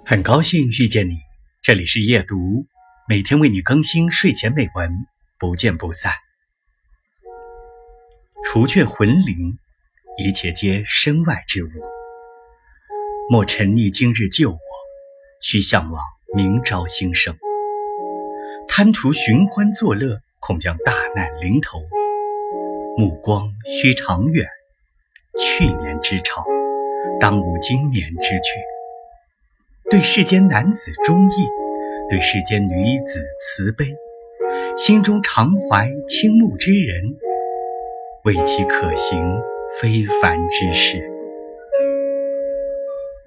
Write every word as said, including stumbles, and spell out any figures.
很高兴遇见你，这里是夜读，每天为你更新睡前美文，不见不散。除却魂灵，一切皆身外之物。莫沉溺今日救我，须向往明朝新生。贪图寻欢作乐，恐将大难临头。目光须长远，去年之潮，当无今年之趣。对世间男子忠义，对世间女子慈悲，心中常怀倾慕之人，为其可行非凡之事。